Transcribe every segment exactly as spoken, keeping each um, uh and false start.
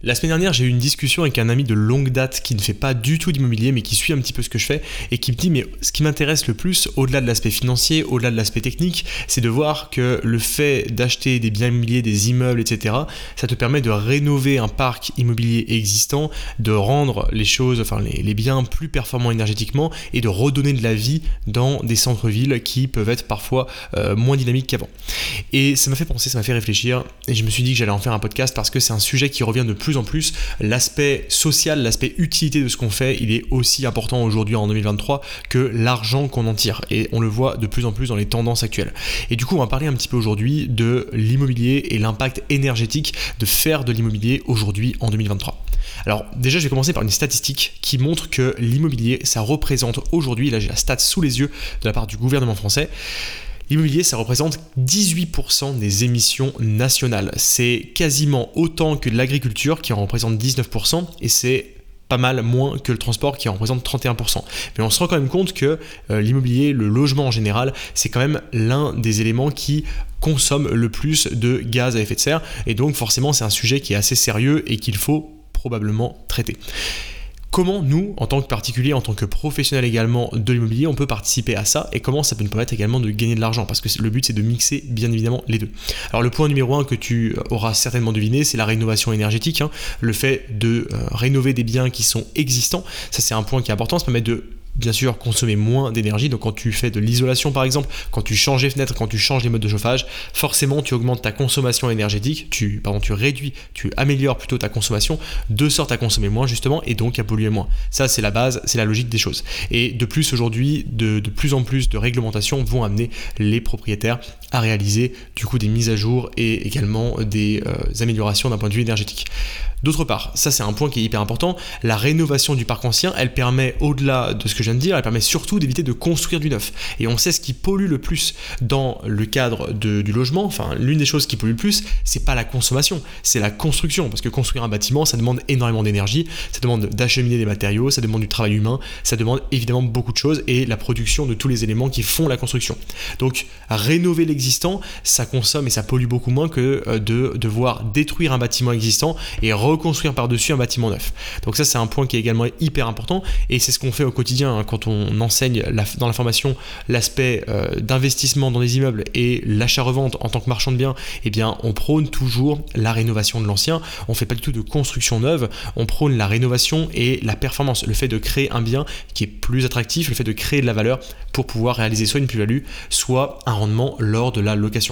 La semaine dernière, j'ai eu une discussion avec un ami de longue date qui ne fait pas du tout d'immobilier, mais qui suit un petit peu ce que je fais et qui me dit mais ce qui m'intéresse le plus, au-delà de l'aspect financier, au-delà de l'aspect technique, c'est de voir que le fait d'acheter des biens immobiliers, des immeubles, et cetera, ça te permet de rénover un parc immobilier existant, de rendre les choses, enfin les, les biens plus performants énergétiquement et de redonner de la vie dans des centres-villes qui peuvent être parfois euh, moins dynamiques qu'avant. Et ça m'a fait penser, ça m'a fait réfléchir et je me suis dit que j'allais en faire un podcast parce que c'est un sujet qui revient de plus en plus. L'aspect social, l'aspect utilité de ce qu'on fait, il est aussi important aujourd'hui en deux mille vingt-trois que l'argent qu'on en tire et on le voit de plus en plus dans les tendances actuelles. Et du coup, on va parler un petit peu aujourd'hui de l'immobilier et l'impact énergétique de faire de l'immobilier aujourd'hui en deux mille vingt-trois. Alors déjà, je vais commencer par une statistique qui montre que l'immobilier, ça représente aujourd'hui, là j'ai la stat sous les yeux de la part du gouvernement français, l'immobilier, ça représente dix-huit pour cent des émissions nationales. C'est quasiment autant que l'agriculture qui en représente dix-neuf pour cent et c'est pas mal moins que le transport qui en représente trente et un pour cent. Mais on se rend quand même compte que euh, l'immobilier, le logement en général, c'est quand même l'un des éléments qui consomme le plus de gaz à effet de serre et donc forcément c'est un sujet qui est assez sérieux et qu'il faut probablement traiter. Comment nous, en tant que particulier, en tant que professionnel également de l'immobilier, on peut participer à ça et comment ça peut nous permettre également de gagner de l'argent parce que le but c'est de mixer bien évidemment les deux. Alors le point numéro un que tu auras certainement deviné, c'est la rénovation énergétique, hein, le fait de euh, rénover des biens qui sont existants, ça c'est un point qui est important, ça permet de bien sûr consommer moins d'énergie. Donc quand tu fais de l'isolation par exemple, quand tu changes les fenêtres, quand tu changes les modes de chauffage, forcément tu augmentes ta consommation énergétique, tu, pardon, tu réduis, tu améliores plutôt ta consommation de sorte à consommer moins justement et donc à polluer moins. Ça c'est la base, c'est la logique des choses. Et de plus aujourd'hui, de, de plus en plus de réglementations vont amener les propriétaires à réaliser du coup des mises à jour et également des euh, améliorations d'un point de vue énergétique. D'autre part, ça c'est un point qui est hyper important, la rénovation du parc ancien, elle permet au-delà de ce que je viens de dire, elle permet surtout d'éviter de construire du neuf. Et on sait ce qui pollue le plus dans le cadre de, du logement, enfin l'une des choses qui pollue le plus, c'est pas la consommation, c'est la construction. Parce que construire un bâtiment, ça demande énormément d'énergie, ça demande d'acheminer des matériaux, ça demande du travail humain, ça demande évidemment beaucoup de choses et la production de tous les éléments qui font la construction. Donc rénover l'existant, ça consomme et ça pollue beaucoup moins que de devoir détruire un bâtiment existant et reconstruire par-dessus un bâtiment neuf. Donc ça c'est un point qui est également hyper important et c'est ce qu'on fait au quotidien hein, quand on enseigne la, dans la formation l'aspect euh, d'investissement dans des immeubles et l'achat-revente en tant que marchand de biens, eh bien on prône toujours la rénovation de l'ancien, on fait pas du tout de construction neuve, on prône la rénovation et la performance, le fait de créer un bien qui est plus attractif, le fait de créer de la valeur pour pouvoir réaliser soit une plus-value, soit un rendement lors de la location.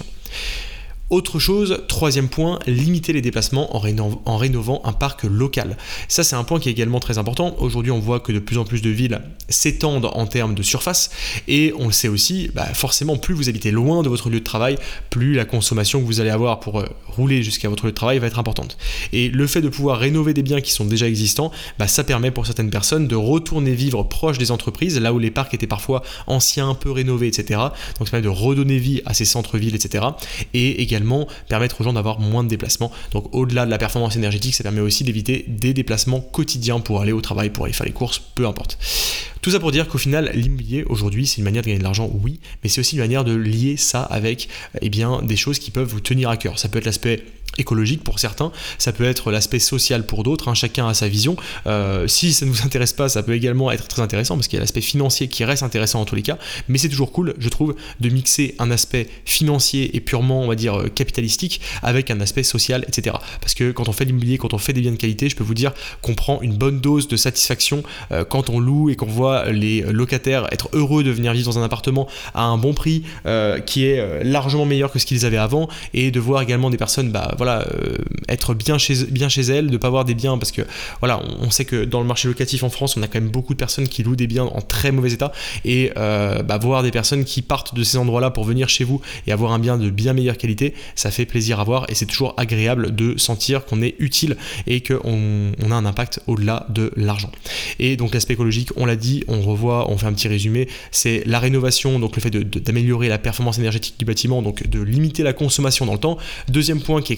Autre chose, troisième point, limiter les déplacements en, rénov- en rénovant un parc local. Ça, c'est un point qui est également très important. Aujourd'hui, on voit que de plus en plus de villes s'étendent en termes de surface et on le sait aussi, bah forcément, plus vous habitez loin de votre lieu de travail, plus la consommation que vous allez avoir pour euh, rouler jusqu'à votre lieu de travail va être importante. Et le fait de pouvoir rénover des biens qui sont déjà existants, bah, ça permet pour certaines personnes de retourner vivre proche des entreprises, là où les parcs étaient parfois anciens, peu rénovés, et cetera. Donc, ça permet de redonner vie à ces centres-villes, et cetera. Et également permettre aux gens d'avoir moins de déplacements. Donc au-delà de la performance énergétique, ça permet aussi d'éviter des déplacements quotidiens pour aller au travail, pour aller faire les courses, peu importe. Tout ça pour dire qu'au final, l'immobilier aujourd'hui, c'est une manière de gagner de l'argent, oui, mais c'est aussi une manière de lier ça avec eh bien, des choses qui peuvent vous tenir à cœur. Ça peut être l'aspect écologique pour certains, ça peut être l'aspect social pour d'autres, hein, chacun a sa vision. Euh, si ça ne vous intéresse pas, ça peut également être très intéressant parce qu'il y a l'aspect financier qui reste intéressant en tous les cas, mais c'est toujours cool, je trouve, de mixer un aspect financier et purement, on va dire, capitalistique avec un aspect social, et cetera. Parce que quand on fait de l'immobilier, quand on fait des biens de qualité, je peux vous dire qu'on prend une bonne dose de satisfaction euh, quand on loue et qu'on voit les locataires être heureux de venir vivre dans un appartement à un bon prix euh, qui est euh, largement meilleur que ce qu'ils avaient avant et de voir également des personnes, bah voilà, Voilà, euh, être bien chez, bien chez elles, de ne pas avoir des biens parce que voilà, on, on sait que dans le marché locatif en France, on a quand même beaucoup de personnes qui louent des biens en très mauvais état et euh, bah, voir des personnes qui partent de ces endroits-là pour venir chez vous et avoir un bien de bien meilleure qualité, ça fait plaisir à voir et c'est toujours agréable de sentir qu'on est utile et qu'on on a un impact au-delà de l'argent. Et donc l'aspect écologique, on l'a dit, on revoit, on fait un petit résumé, c'est la rénovation, donc le fait de, de, d'améliorer la performance énergétique du bâtiment, donc de limiter la consommation dans le temps. Deuxième point qui est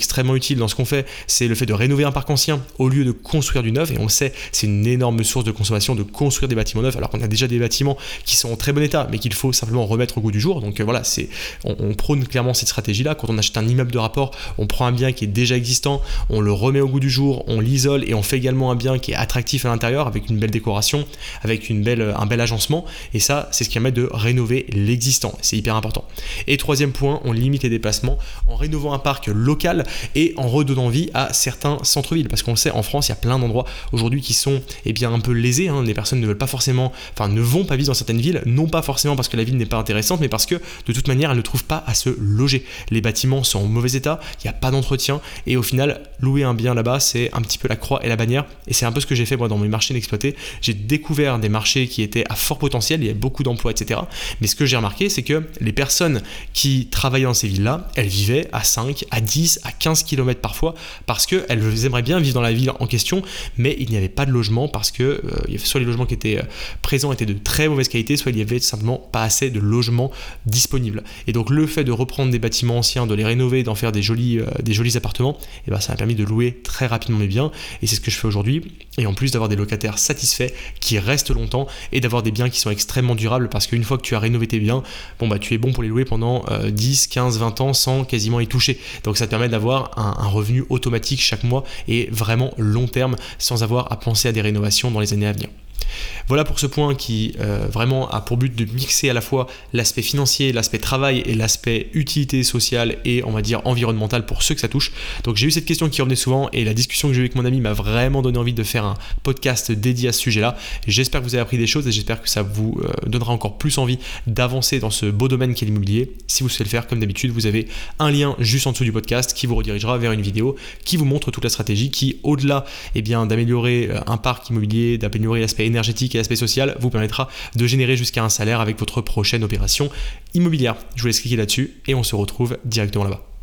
extrêmement utile dans ce qu'on fait, c'est le fait de rénover un parc ancien au lieu de construire du neuf. Et on le sait, c'est une énorme source de consommation de construire des bâtiments neufs alors qu'on a déjà des bâtiments qui sont en très bon état mais qu'il faut simplement remettre au goût du jour. Donc euh, voilà, c'est, on, on prône clairement cette stratégie-là. Quand on achète un immeuble de rapport, on prend un bien qui est déjà existant, on le remet au goût du jour, on l'isole et on fait également un bien qui est attractif à l'intérieur avec une belle décoration, avec une belle, un bel agencement. Et ça, c'est ce qui permet de rénover l'existant. C'est hyper important. Et troisième point, on limite les déplacements en rénovant un parc local et en redonnant vie à certains centres-villes. Parce qu'on le sait, en France, il y a plein d'endroits aujourd'hui qui sont eh bien, un peu lésés. Hein. Les personnes ne veulent pas forcément, enfin ne vont pas vivre dans certaines villes, non pas forcément parce que la ville n'est pas intéressante, mais parce que de toute manière, elles ne trouvent pas à se loger. Les bâtiments sont en mauvais état, il n'y a pas d'entretien et au final, louer un bien là-bas, c'est un petit peu la croix et la bannière. Et c'est un peu ce que j'ai fait moi dans mes marchés inexploités. J'ai découvert des marchés qui étaient à fort potentiel, il y avait beaucoup d'emplois, et cetera. Mais ce que j'ai remarqué, c'est que les personnes qui travaillaient dans ces villes-là, elles vivaient à cinq, à dix, à quinze kilomètres parfois parce qu'elles aimeraient bien vivre dans la ville en question, mais il n'y avait pas de logement parce que euh, soit les logements qui étaient euh, présents étaient de très mauvaise qualité, soit il n'y avait tout simplement pas assez de logements disponibles. Et donc le fait de reprendre des bâtiments anciens, de les rénover, d'en faire des jolis, euh, des jolis appartements, et ben, ça m'a permis de louer très rapidement mes biens et c'est ce que je fais aujourd'hui. Et en plus d'avoir des locataires satisfaits qui restent longtemps et d'avoir des biens qui sont extrêmement durables parce qu'une fois que tu as rénové tes biens, bon bah tu es bon pour les louer pendant euh, dix, quinze, vingt ans sans quasiment y toucher. Donc ça te permet d'avoir un, un revenu automatique chaque mois et vraiment long terme sans avoir à penser à des rénovations dans les années à venir. Voilà pour ce point qui euh, vraiment a pour but de mixer à la fois l'aspect financier, l'aspect travail et l'aspect utilité sociale et on va dire environnementale pour ceux que ça touche. Donc j'ai eu cette question qui revenait souvent et la discussion que j'ai eue avec mon ami m'a vraiment donné envie de faire un podcast dédié à ce sujet-là. J'espère que vous avez appris des choses et j'espère que ça vous euh, donnera encore plus envie d'avancer dans ce beau domaine qu'est l'immobilier. Si vous souhaitez le faire, comme d'habitude, vous avez un lien juste en dessous du podcast qui vous redirigera vers une vidéo qui vous montre toute la stratégie qui, au-delà eh bien, d'améliorer un parc immobilier, d'améliorer l'aspect énergétique et l'aspect social, vous permettra de générer jusqu'à un salaire avec votre prochaine opération immobilière. Je vous laisse cliquer là-dessus et on se retrouve directement là-bas.